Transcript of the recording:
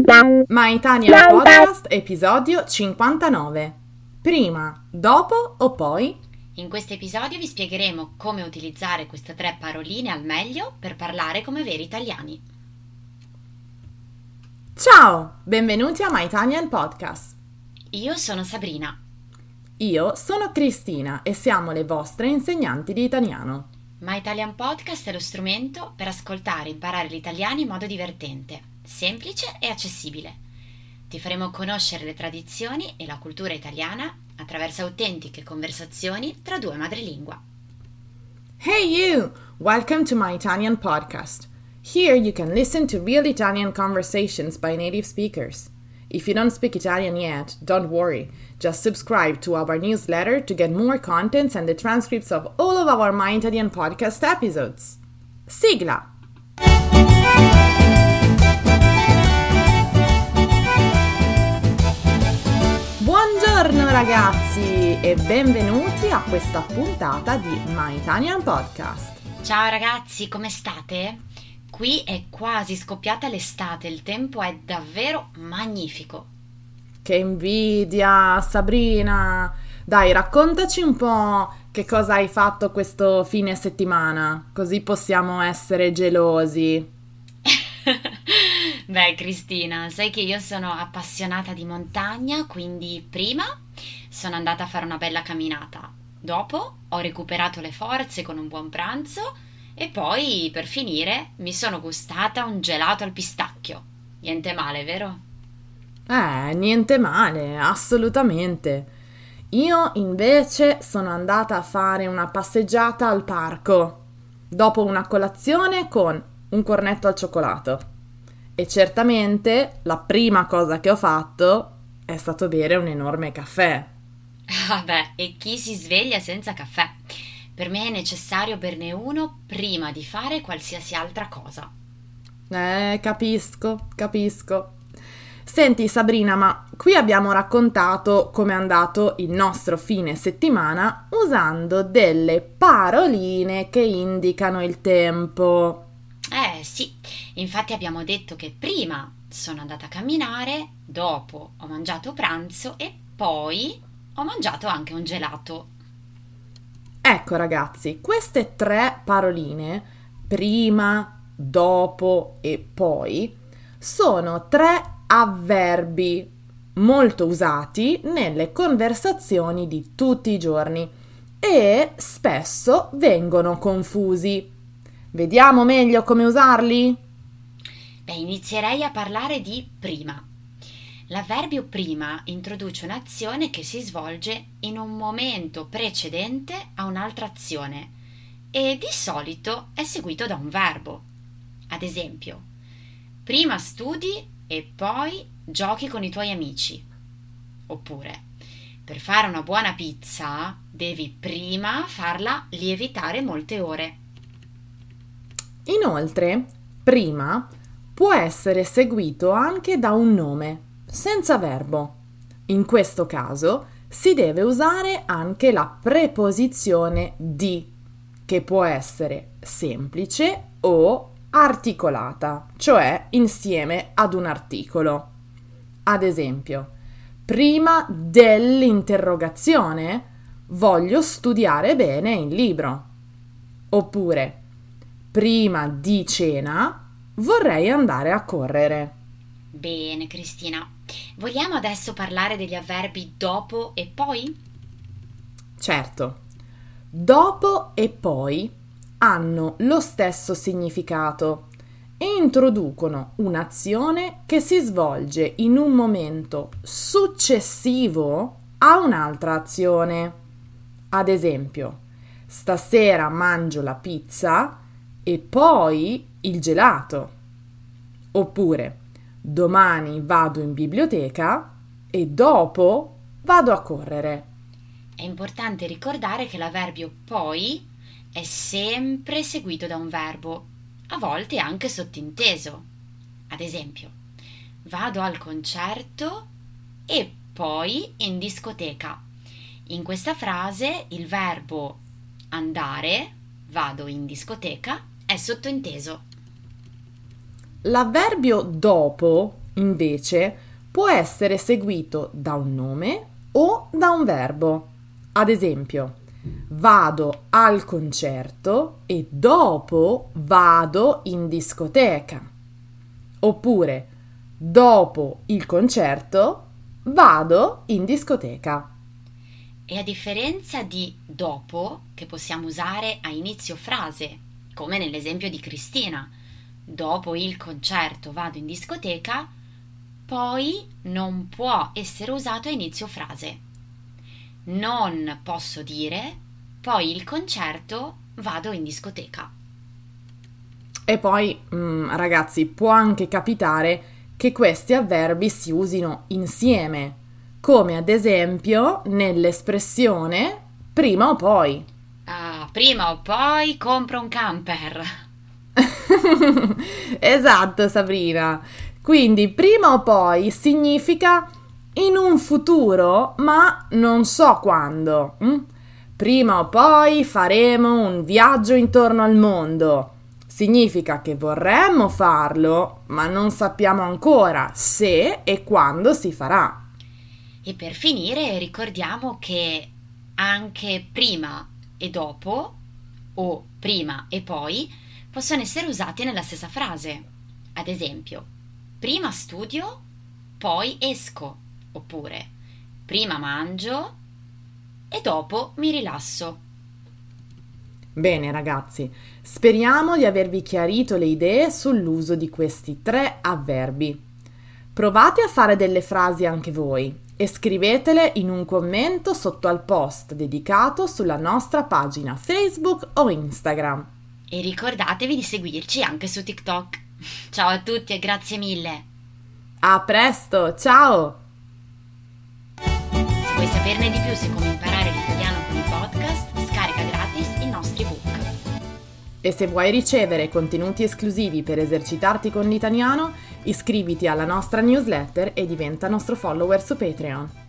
My Italian Podcast, episodio 59. Prima, dopo o poi? In questo episodio vi spiegheremo come utilizzare queste 3 paroline al meglio per parlare come veri italiani. Ciao, benvenuti a My Italian Podcast. Io sono Sabrina. Io sono Cristina e siamo le vostre insegnanti di italiano. My Italian Podcast è lo strumento per ascoltare e imparare l'italiano in modo divertente, semplice e accessibile. Ti faremo conoscere le tradizioni e la cultura italiana attraverso autentiche conversazioni tra 2 madrelingua. Hey you! Welcome to My Italian Podcast. Here you can listen to real Italian conversations by native speakers. If you don't speak Italian yet, don't worry. Just subscribe to our newsletter to get more contents and the transcripts of all of our My Italian Podcast episodes. Sigla! Buongiorno ragazzi e benvenuti a questa puntata di My Italian Podcast. Ciao ragazzi, come state? Qui è quasi scoppiata l'estate, il tempo è davvero magnifico. Che invidia, Sabrina! Dai, raccontaci un po' che cosa hai fatto questo fine settimana, così possiamo essere gelosi. Beh, Cristina, sai che io sono appassionata di montagna, quindi prima sono andata a fare una bella camminata. Dopo ho recuperato le forze con un buon pranzo e poi, per finire, mi sono gustata un gelato al pistacchio. Niente male, vero? Niente male, assolutamente. Io invece sono andata a fare una passeggiata al parco, dopo una colazione con un cornetto al cioccolato. E certamente la prima cosa che ho fatto è stato bere un enorme caffè. Beh, e chi si sveglia senza caffè? Per me è necessario berne uno prima di fare qualsiasi altra cosa. Capisco. Senti Sabrina, ma qui abbiamo raccontato come è andato il nostro fine settimana usando delle paroline che indicano il tempo. Sì, infatti abbiamo detto che prima sono andata a camminare, dopo ho mangiato pranzo e poi ho mangiato anche un gelato. Ecco ragazzi, queste 3 paroline, prima, dopo e poi, sono 3 avverbi molto usati nelle conversazioni di tutti i giorni e spesso vengono confusi. Vediamo meglio come usarli? Beh, inizierei a parlare di prima. L'avverbio prima introduce un'azione che si svolge in un momento precedente a un'altra azione e di solito è seguito da un verbo. Ad esempio, prima studi e poi giochi con i tuoi amici. Oppure, per fare una buona pizza devi prima farla lievitare molte ore. Inoltre, prima può essere seguito anche da un nome, senza verbo. In questo caso si deve usare anche la preposizione di, che può essere semplice o articolata, cioè insieme ad un articolo. Ad esempio, prima dell'interrogazione voglio studiare bene il libro. Oppure, prima di cena vorrei andare a correre. Bene, Cristina. Vogliamo adesso parlare degli avverbi dopo e poi? Certo. Dopo e poi hanno lo stesso significato e introducono un'azione che si svolge in un momento successivo a un'altra azione. Ad esempio, stasera mangio la pizza e poi il gelato. Oppure, domani vado in biblioteca e dopo vado a correre. È importante ricordare che l'avverbio poi è sempre seguito da un verbo, a volte anche sottinteso. Ad esempio, vado al concerto e poi in discoteca. In questa frase il verbo andare, vado in discoteca, è sottointeso. L'avverbio dopo invece, può essere seguito da un nome o da un verbo. Ad esempio, vado al concerto e dopo vado in discoteca. Oppure, dopo il concerto vado in discoteca. E a differenza di dopo, che possiamo usare a inizio frase, come nell'esempio di Cristina, dopo il concerto vado in discoteca, poi non può essere usato a inizio frase. Non posso dire, poi il concerto vado in discoteca. E poi, ragazzi, può anche capitare che questi avverbi si usino insieme, come ad esempio nell'espressione prima o poi. Ah, prima o poi compro un camper. Esatto, Sabrina. Quindi prima o poi significa in un futuro, ma non so quando. Prima o poi faremo un viaggio intorno al mondo. Significa che vorremmo farlo, ma non sappiamo ancora se e quando si farà. E per finire ricordiamo che anche prima e dopo, o prima e poi, possono essere usati nella stessa frase. Ad esempio, prima studio, poi esco, oppure prima mangio e dopo mi rilasso. Bene ragazzi, speriamo di avervi chiarito le idee sull'uso di questi 3 avverbi. Provate a fare delle frasi anche voi e scrivetele in un commento sotto al post dedicato sulla nostra pagina Facebook o Instagram. E ricordatevi di seguirci anche su TikTok. Ciao a tutti e grazie mille! A presto, ciao! Se vuoi saperne di più su come imparare l'italiano con i podcast, scarica gratis il nostro ebook. E se vuoi ricevere contenuti esclusivi per esercitarti con l'italiano, iscriviti alla nostra newsletter e diventa nostro follower su Patreon.